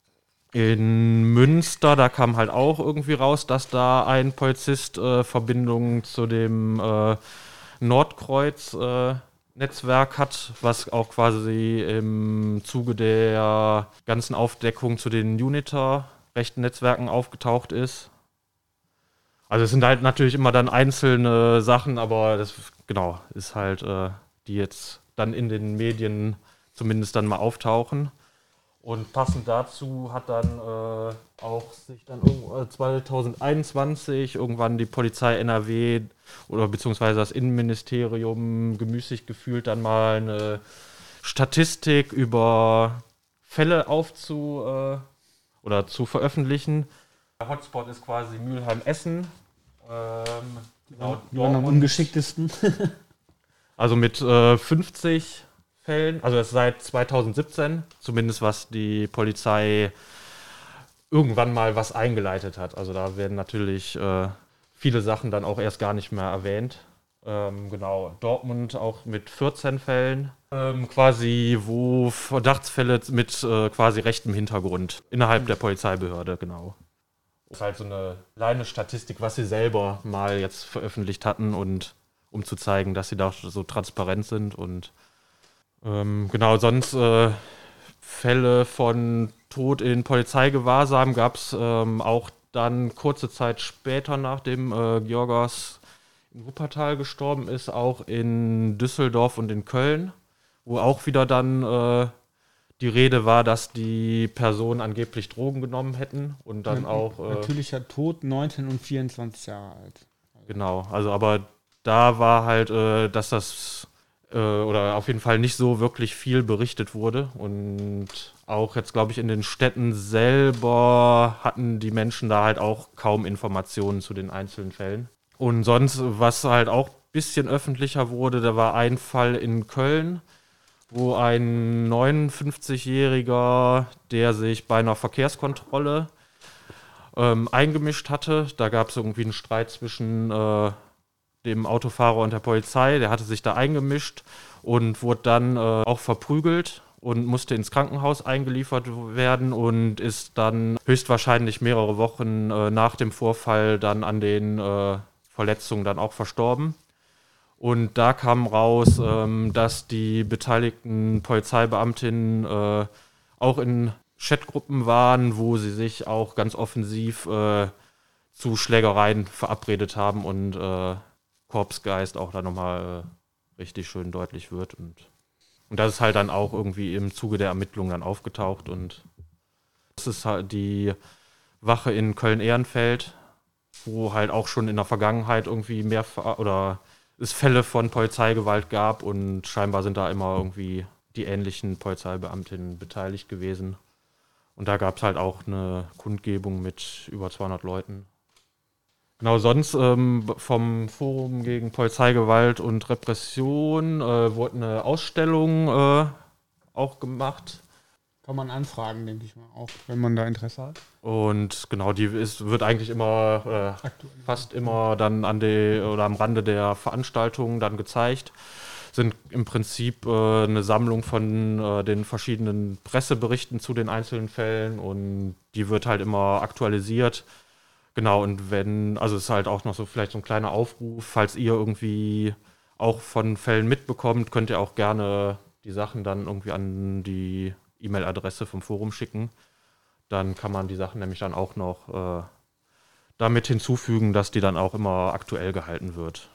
in Münster, da kam halt auch irgendwie raus, dass da ein Polizist äh, Verbindungen zu dem äh, Nordkreuz-Netzwerk äh, hat, was auch quasi im Zuge der ganzen Aufdeckung zu den Uniter-rechten Netzwerken aufgetaucht ist. Also es sind halt natürlich immer dann einzelne Sachen, aber das genau ist halt, äh, die jetzt dann in den Medien zumindest dann mal auftauchen. Und passend dazu hat dann äh, auch sich dann irgend- zwanzig einundzwanzig irgendwann die Polizei N R W oder beziehungsweise das Innenministerium gemüßigt gefühlt, dann mal eine Statistik über Fälle aufzu äh, oder zu veröffentlichen. Der Hotspot ist quasi Mülheim-Essen. Ähm, genau, die waren am ungeschicktesten. Also mit äh, fünfzig Fällen, also das ist seit zweitausendsiebzehn, zumindest was die Polizei irgendwann mal was eingeleitet hat. Also da werden natürlich äh, viele Sachen dann auch erst gar nicht mehr erwähnt. Ähm, genau, Dortmund auch mit vierzehn Fällen, ähm, quasi wo Verdachtsfälle mit äh, quasi rechtem Hintergrund innerhalb der Polizeibehörde, genau. Das ist halt so eine kleine Statistik, was sie selber mal jetzt veröffentlicht hatten und um zu zeigen, dass sie da so transparent sind und ähm, genau, sonst äh, Fälle von Tod in Polizeigewahrsam gab es ähm, auch dann kurze Zeit später, nachdem äh, Giorgos in Wuppertal gestorben ist, auch in Düsseldorf und in Köln, wo auch wieder dann äh, die Rede war, dass die Personen angeblich Drogen genommen hätten und dann ja, auch... Äh, natürlicher Tod, neunzehn und vierundzwanzig Jahre alt. Genau, also aber da war halt, äh, dass das äh, oder auf jeden Fall nicht so wirklich viel berichtet wurde und auch jetzt, glaube ich, in den Städten selber hatten die Menschen da halt auch kaum Informationen zu den einzelnen Fällen. Und sonst, was halt auch ein bisschen öffentlicher wurde, da war ein Fall in Köln, wo ein neunundfünfzigjähriger, der sich bei einer Verkehrskontrolle ähm, eingemischt hatte. Da gab es irgendwie einen Streit zwischen äh, dem Autofahrer und der Polizei. Der hatte sich da eingemischt und wurde dann äh, auch verprügelt und musste ins Krankenhaus eingeliefert werden und ist dann höchstwahrscheinlich mehrere Wochen äh, nach dem Vorfall dann an den äh, Verletzungen dann auch verstorben. Und da kam raus, ähm, dass die beteiligten Polizeibeamtinnen äh, auch in Chatgruppen waren, wo sie sich auch ganz offensiv äh, zu Schlägereien verabredet haben und äh, Korpsgeist auch da nochmal äh, richtig schön deutlich wird. Und, und das ist halt dann auch irgendwie im Zuge der Ermittlungen dann aufgetaucht. Und das ist halt die Wache in Köln-Ehrenfeld, wo halt auch schon in der Vergangenheit irgendwie mehr oder es Fälle von Polizeigewalt gab und scheinbar sind da immer irgendwie die ähnlichen Polizeibeamtinnen beteiligt gewesen. Und da gab es halt auch eine Kundgebung mit über zweihundert Leuten. Genau, sonst ähm, vom Forum gegen Polizeigewalt und Repression äh, wurde eine Ausstellung äh, auch gemacht. Kann man anfragen, denke ich mal, auch wenn man da Interesse hat. Und genau, die ist, wird eigentlich immer, äh, fast immer dann an die oder am Rande der Veranstaltungen dann gezeigt. Sind im Prinzip äh, eine Sammlung von äh, den verschiedenen Presseberichten zu den einzelnen Fällen und die wird halt immer aktualisiert. Genau, und wenn, also es ist halt auch noch so vielleicht so ein kleiner Aufruf, falls ihr irgendwie auch von Fällen mitbekommt, könnt ihr auch gerne die Sachen dann irgendwie an die E-Mail-Adresse vom Forum schicken. Dann kann man die Sachen nämlich dann auch noch äh, damit hinzufügen, dass die dann auch immer aktuell gehalten wird.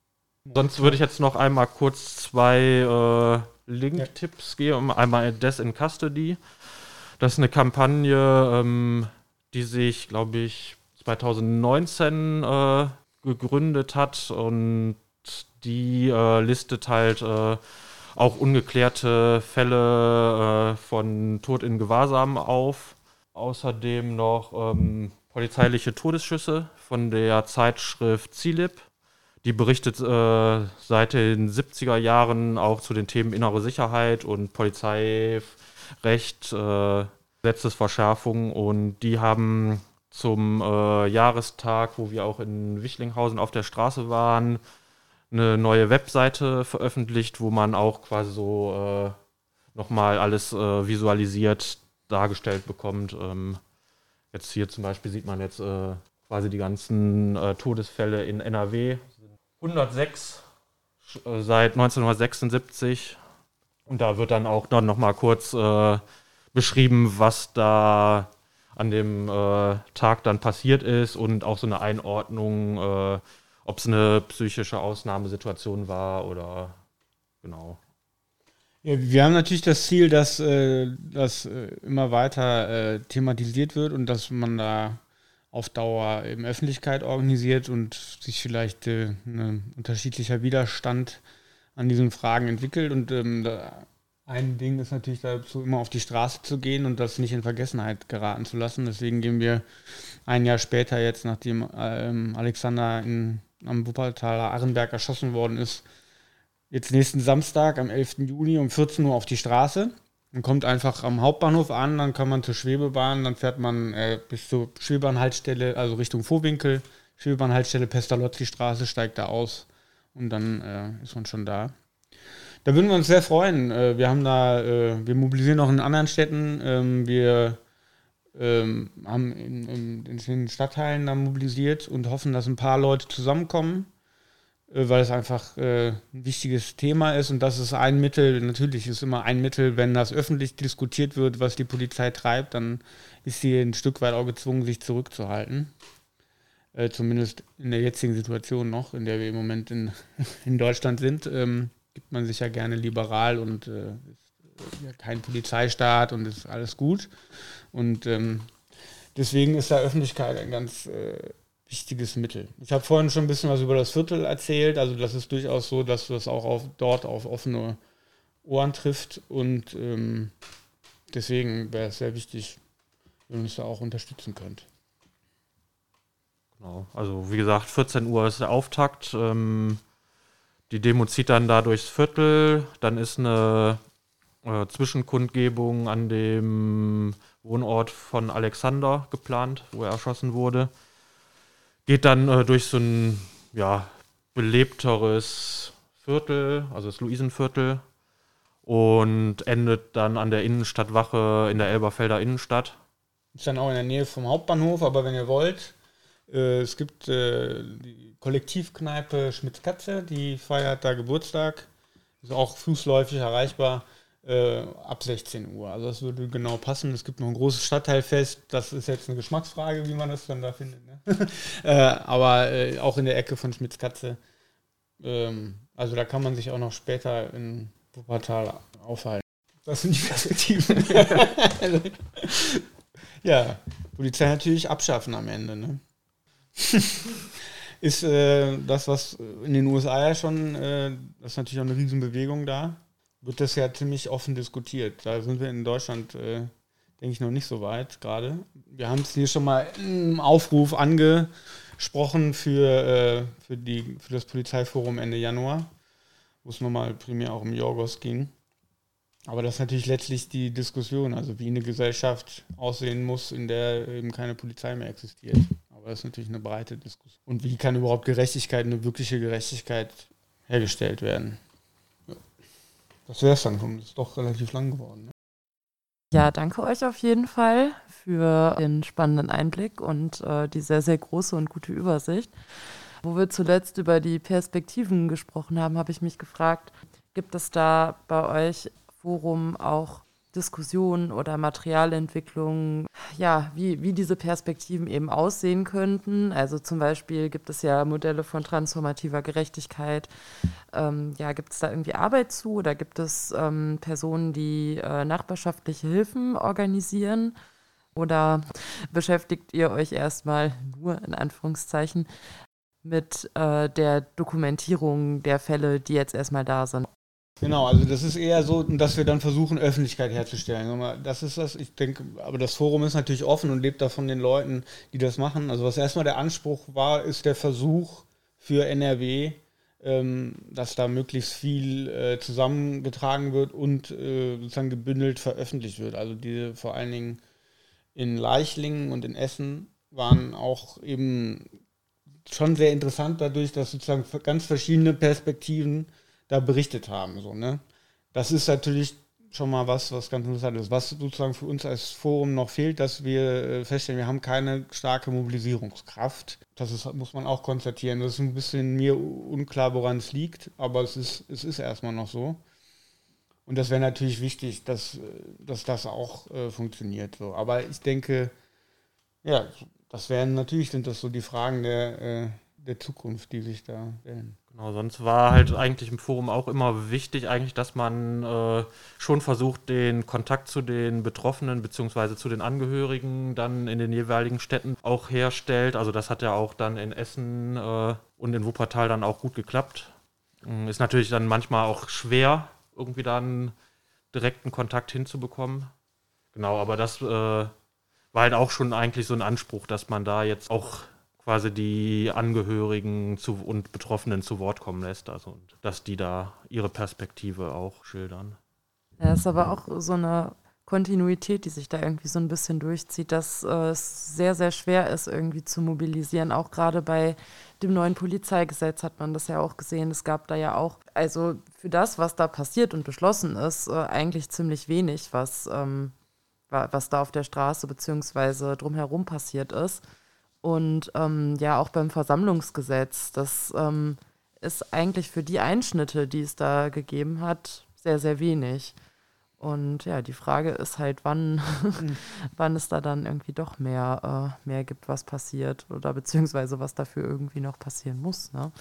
Sonst würde ich jetzt noch einmal kurz zwei äh, Link-Tipps geben. Einmal Death in Custody. Das ist eine Kampagne, ähm, die sich, glaube ich, zweitausendneunzehn äh, gegründet hat und die äh, listet halt äh, auch ungeklärte Fälle äh, von Tod in Gewahrsam auf. Außerdem noch ähm, polizeiliche Todesschüsse von der Zeitschrift C I L I P. Die berichtet äh, seit den siebziger Jahren auch zu den Themen innere Sicherheit und Polizeirecht, äh, Gesetzesverschärfung. Und die haben zum äh, Jahrestag, wo wir auch in Wichlinghausen auf der Straße waren, eine neue Webseite veröffentlicht, wo man auch quasi so äh, nochmal alles äh, visualisiert dargestellt bekommt. Ähm, jetzt hier zum Beispiel sieht man jetzt äh, quasi die ganzen äh, Todesfälle in N R W. hundertsechs äh, seit neunzehnhundertsechsundsiebzig. Und da wird dann auch dann nochmal kurz äh, beschrieben, was da an dem äh, Tag dann passiert ist und auch so eine Einordnung, äh, ob es eine psychische Ausnahmesituation war oder genau. Ja, wir haben natürlich das Ziel, dass äh, das äh, immer weiter äh, thematisiert wird und dass man da auf Dauer eben Öffentlichkeit organisiert und sich vielleicht äh, ein unterschiedlicher Widerstand an diesen Fragen entwickelt. Und ähm, da, ein Ding ist natürlich dazu, immer auf die Straße zu gehen und das nicht in Vergessenheit geraten zu lassen. Deswegen gehen wir ein Jahr später jetzt, nachdem ähm, Alexander in, am Wuppertaler Arrenberg erschossen worden ist, jetzt nächsten Samstag am elften Juni um vierzehn Uhr auf die Straße. Man kommt einfach am Hauptbahnhof an, dann kann man zur Schwebebahn, dann fährt man äh, bis zur Schwebebahnhaltestelle, also Richtung Vohwinkel, Schwebebahnhaltestelle Pestalozzi-Straße, steigt da aus und dann äh, ist man schon da. Da würden wir uns sehr freuen. Äh, wir haben da, äh, wir mobilisieren auch in anderen Städten. Ähm, wir ähm, haben in, in, in den Stadtteilen da mobilisiert und hoffen, dass ein paar Leute zusammenkommen, weil es einfach äh, ein wichtiges Thema ist und das ist ein Mittel, natürlich ist immer ein Mittel, wenn das öffentlich diskutiert wird, was die Polizei treibt, dann ist sie ein Stück weit auch gezwungen, sich zurückzuhalten. Äh, zumindest in der jetzigen Situation noch, in der wir im Moment in, in Deutschland sind, ähm, gibt man sich ja gerne liberal und äh, ist ja kein Polizeistaat und ist alles gut. Und ähm, deswegen ist da Öffentlichkeit ein ganz äh, wichtiges Mittel. Ich habe vorhin schon ein bisschen was über das Viertel erzählt, also das ist durchaus so, dass das auch auf, dort auf offene Ohren trifft und ähm, deswegen wäre es sehr wichtig, wenn ihr uns da auch unterstützen könnt. Genau, also wie gesagt, vierzehn Uhr ist der Auftakt, ähm, die Demo zieht dann da durchs Viertel, dann ist eine äh, Zwischenkundgebung an dem Wohnort von Alexander geplant, wo er erschossen wurde. Geht dann äh, durch so ein ja, belebteres Viertel, also das Luisenviertel, und endet dann an der Innenstadtwache in der Elberfelder Innenstadt. Ist dann auch in der Nähe vom Hauptbahnhof, aber wenn ihr wollt, äh, es gibt äh, die Kollektivkneipe Schmitz-Katze, die feiert da Geburtstag, ist auch fußläufig erreichbar. Äh, ab sechzehn Uhr. Also das würde genau passen. Es gibt noch ein großes Stadtteilfest. Das ist jetzt eine Geschmacksfrage, wie man das dann da findet. Ne? äh, aber äh, auch in der Ecke von Schmitz-Katze. Ähm, also da kann man sich auch noch später in Wuppertal aufhalten. Das sind die Perspektiven. also, ja, Polizei natürlich abschaffen am Ende. Ne? ist äh, das, was in den U S A ja schon, äh, das ist natürlich auch eine Riesenbewegung da. Wird das ja ziemlich offen diskutiert. Da sind wir in Deutschland, äh, denke ich, noch nicht so weit gerade. Wir haben es hier schon mal im Aufruf angesprochen für, äh, für, die, für das Polizeiforum Ende Januar, wo es nochmal primär auch um Jorgos ging. Aber das ist natürlich letztlich die Diskussion, also wie eine Gesellschaft aussehen muss, in der eben keine Polizei mehr existiert. Aber das ist natürlich eine breite Diskussion. Und wie kann überhaupt Gerechtigkeit, eine wirkliche Gerechtigkeit hergestellt werden? Das wäre es dann schon. Das ist doch relativ lang geworden. Ne? Ja, danke euch auf jeden Fall für den spannenden Einblick und äh, die sehr, sehr große und gute Übersicht. Wo wir zuletzt über die Perspektiven gesprochen haben, habe ich mich gefragt, gibt es da bei euch Forum auch Diskussionen oder Materialentwicklungen, ja, wie, wie diese Perspektiven eben aussehen könnten. Also zum Beispiel gibt es ja Modelle von transformativer Gerechtigkeit. Ähm, ja, gibt es da irgendwie Arbeit zu oder gibt es ähm, Personen, die äh, nachbarschaftliche Hilfen organisieren? Oder beschäftigt ihr euch erstmal nur in Anführungszeichen mit äh, der Dokumentierung der Fälle, die jetzt erstmal da sind? Genau, also das ist eher so, dass wir dann versuchen, Öffentlichkeit herzustellen. Das ist das, ich denke, aber das Forum ist natürlich offen und lebt davon den Leuten, die das machen. Also was erstmal der Anspruch war, ist der Versuch für N R W, ähm, dass da möglichst viel äh, zusammengetragen wird und äh, sozusagen gebündelt veröffentlicht wird. Also die vor allen Dingen in Leichlingen und in Essen waren auch eben schon sehr interessant dadurch, dass sozusagen ganz verschiedene Perspektiven da berichtet haben. So, ne? Das ist natürlich schon mal was, was ganz interessant ist. Was sozusagen für uns als Forum noch fehlt, dass wir feststellen, wir haben keine starke Mobilisierungskraft. Das ist, muss man auch konstatieren. Das ist ein bisschen mir unklar, woran es liegt, aber es ist, es ist erstmal noch so. Und das wäre natürlich wichtig, dass, dass das auch äh, funktioniert. So. Aber ich denke, ja, das wären natürlich, sind das so die Fragen der, äh, der Zukunft, die sich da stellen. Genau, sonst war halt eigentlich im Forum auch immer wichtig, eigentlich, dass man äh, schon versucht, den Kontakt zu den Betroffenen bzw. zu den Angehörigen dann in den jeweiligen Städten auch herstellt. Also das hat ja auch dann in Essen äh, und in Wuppertal dann auch gut geklappt. Ist natürlich dann manchmal auch schwer, irgendwie dann direkten Kontakt hinzubekommen. Genau, aber das äh, war halt auch schon eigentlich so ein Anspruch, dass man da jetzt auch quasi die Angehörigen zu, und Betroffenen zu Wort kommen lässt, also und dass die da ihre Perspektive auch schildern. Ja, ist aber auch so eine Kontinuität, die sich da irgendwie so ein bisschen durchzieht, dass äh, es sehr, sehr schwer ist, irgendwie zu mobilisieren. Auch gerade bei dem neuen Polizeigesetz hat man das ja auch gesehen. Es gab da ja auch, also für das, was da passiert und beschlossen ist, äh, eigentlich ziemlich wenig, was, ähm, was da auf der Straße beziehungsweise drumherum passiert ist. Und ähm, ja, auch beim Versammlungsgesetz, das ähm, ist eigentlich für die Einschnitte, die es da gegeben hat, sehr, sehr wenig. Und ja, die Frage ist halt, wann, mhm. wann es da dann irgendwie doch mehr, äh, mehr gibt, was passiert oder beziehungsweise was dafür irgendwie noch passieren muss. Ne?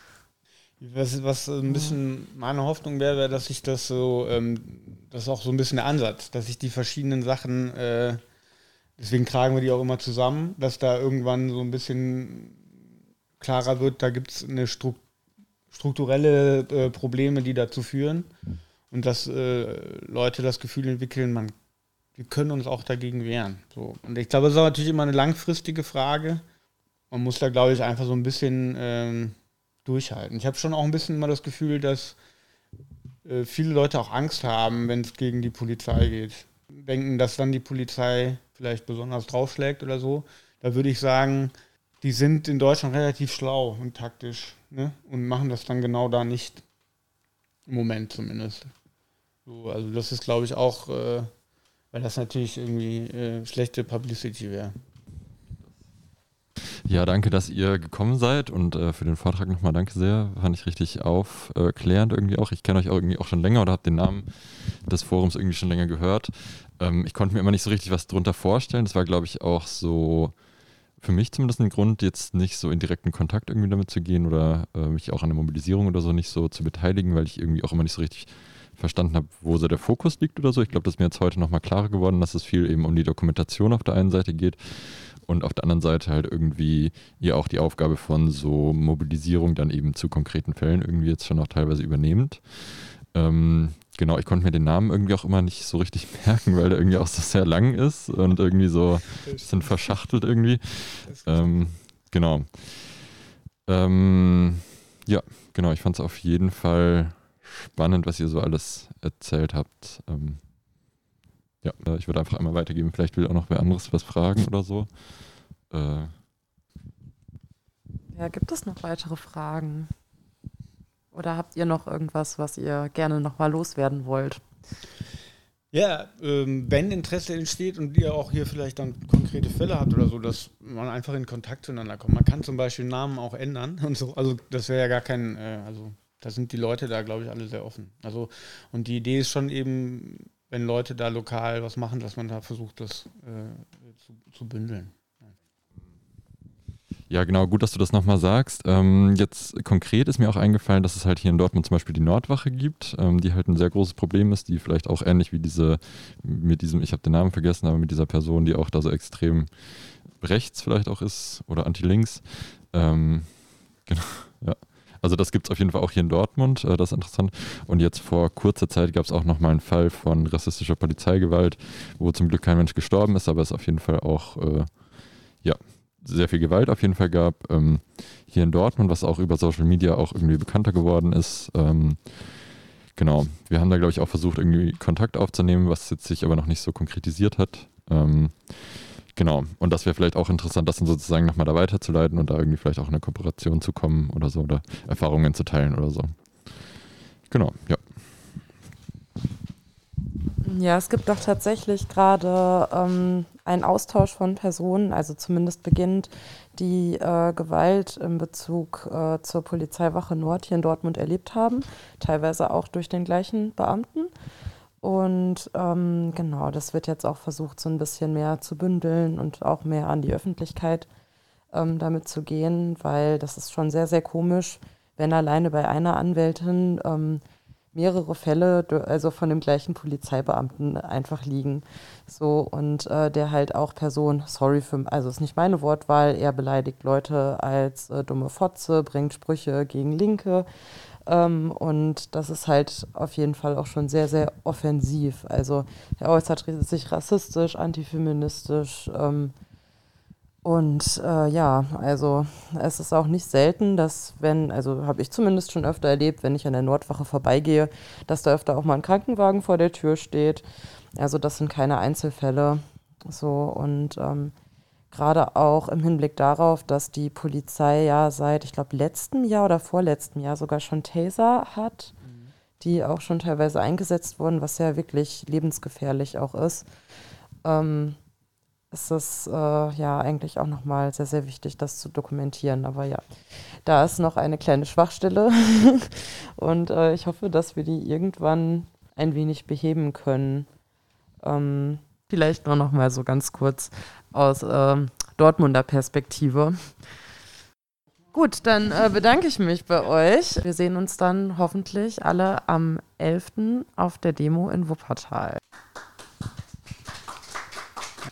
Was, was ein bisschen meine Hoffnung wäre, wäre, dass sich das so, ähm, das ist auch so ein bisschen der Ansatz, dass sich die verschiedenen Sachen, äh, deswegen tragen wir die auch immer zusammen, dass da irgendwann so ein bisschen klarer wird, da gibt es eine Stru- strukturelle äh, Probleme, die dazu führen. Und dass äh, Leute das Gefühl entwickeln, man, wir können uns auch dagegen wehren. So. Und ich glaube, das ist natürlich immer eine langfristige Frage. Man muss da, glaube ich, einfach so ein bisschen ähm, durchhalten. Ich habe schon auch ein bisschen immer das Gefühl, dass äh, viele Leute auch Angst haben, wenn es gegen die Polizei geht. Denken, dass dann die Polizei vielleicht besonders draufschlägt oder so. Da würde ich sagen, die sind in Deutschland relativ schlau und taktisch, ne? Und machen das dann genau da nicht. Im Moment zumindest. So, also das ist, glaube ich, auch, äh, weil das natürlich irgendwie äh, schlechte Publicity wäre. Ja, danke, dass ihr gekommen seid und äh, für den Vortrag nochmal danke sehr. Fand ich richtig aufklärend irgendwie auch. Ich kenne euch auch irgendwie auch schon länger oder habe den Namen des Forums irgendwie schon länger gehört. Ähm, ich konnte mir immer nicht so richtig was drunter vorstellen. Das war, glaube ich, auch so für mich zumindest ein Grund, jetzt nicht so in direkten Kontakt irgendwie damit zu gehen oder äh, mich auch an der Mobilisierung oder so nicht so zu beteiligen, weil ich irgendwie auch immer nicht so richtig verstanden habe, wo so der Fokus liegt oder so. Ich glaube, das ist mir jetzt heute nochmal klarer geworden, dass es viel eben um die Dokumentation auf der einen Seite geht und auf der anderen Seite halt irgendwie ihr auch die Aufgabe von so Mobilisierung dann eben zu konkreten Fällen irgendwie jetzt schon auch teilweise übernehmt. Ähm, genau, ich konnte mir den Namen irgendwie auch immer nicht so richtig merken, weil der irgendwie auch so sehr lang ist und irgendwie so ein bisschen verschachtelt irgendwie. Ähm, genau. Ähm, ja, genau, ich fand es auf jeden Fall spannend, was ihr so alles erzählt habt. Ähm, ja, ich würde einfach einmal weitergeben. Vielleicht will auch noch wer anderes was fragen oder so. Äh, ja, gibt es noch weitere Fragen? Oder habt ihr noch irgendwas, was ihr gerne nochmal loswerden wollt? Ja, ähm, wenn Interesse entsteht und ihr auch hier vielleicht dann konkrete Fälle habt oder so, dass man einfach in Kontakt zueinander kommt. Man kann zum Beispiel Namen auch ändern und so. Also das wäre ja gar kein, äh, also da sind die Leute da, glaube ich, alle sehr offen. Also und die Idee ist schon eben, wenn Leute da lokal was machen, dass man da versucht, das äh, zu, zu bündeln. Ja, genau, gut, dass du das nochmal sagst. Ähm, jetzt konkret ist mir auch eingefallen, dass es halt hier in Dortmund zum Beispiel die Nordwache gibt, ähm, die halt ein sehr großes Problem ist, die vielleicht auch ähnlich wie diese, mit diesem, ich habe den Namen vergessen, aber mit dieser Person, die auch da so extrem rechts vielleicht auch ist oder anti-links. Ähm, genau, ja. Also das gibt es auf jeden Fall auch hier in Dortmund, äh, das ist interessant. Und jetzt vor kurzer Zeit gab es auch nochmal einen Fall von rassistischer Polizeigewalt, wo zum Glück kein Mensch gestorben ist, aber es auf jeden Fall auch, äh, ja, sehr viel Gewalt auf jeden Fall gab, ähm, hier in Dortmund, was auch über Social Media auch irgendwie bekannter geworden ist. Ähm, genau, wir haben da, glaube ich, auch versucht, irgendwie Kontakt aufzunehmen, was jetzt sich aber noch nicht so konkretisiert hat. Ähm, genau, und das wäre vielleicht auch interessant, das dann sozusagen nochmal da weiterzuleiten und da irgendwie vielleicht auch in eine Kooperation zu kommen oder so, oder Erfahrungen zu teilen oder so. Genau, ja. Ja, es gibt doch tatsächlich gerade ähm, einen Austausch von Personen, also zumindest beginnt die äh, Gewalt in Bezug äh, zur Polizeiwache Nord hier in Dortmund erlebt haben, teilweise auch durch den gleichen Beamten. Und ähm, genau, das wird jetzt auch versucht, so ein bisschen mehr zu bündeln und auch mehr an die Öffentlichkeit ähm, damit zu gehen, weil das ist schon sehr, sehr komisch, wenn alleine bei einer Anwältin ähm, mehrere Fälle, also von dem gleichen Polizeibeamten einfach liegen. So, und äh, der halt auch Personen, sorry für, also ist nicht meine Wortwahl, er beleidigt Leute als äh, dumme Fotze, bringt Sprüche gegen Linke. Ähm, und das ist halt auf jeden Fall auch schon sehr, sehr offensiv. Also er äußert sich rassistisch, antifeministisch, ähm, und äh, ja, also es ist auch nicht selten, dass wenn, also habe ich zumindest schon öfter erlebt, wenn ich an der Nordwache vorbeigehe, dass da öfter auch mal ein Krankenwagen vor der Tür steht. Also das sind keine Einzelfälle. So, und ähm, gerade auch im Hinblick darauf, dass die Polizei ja seit, ich glaube, letztem Jahr oder vorletztem Jahr sogar schon Taser hat, mhm. die auch schon teilweise eingesetzt wurden, was ja wirklich lebensgefährlich auch ist. Ähm, ist es äh, ja eigentlich auch nochmal sehr, sehr wichtig, das zu dokumentieren. Aber ja, da ist noch eine kleine Schwachstelle und äh, ich hoffe, dass wir die irgendwann ein wenig beheben können. Ähm, vielleicht nur noch mal so ganz kurz aus äh, Dortmunder Perspektive. Gut, dann äh, bedanke ich mich bei euch. Wir sehen uns dann hoffentlich alle am elften auf der Demo in Wuppertal.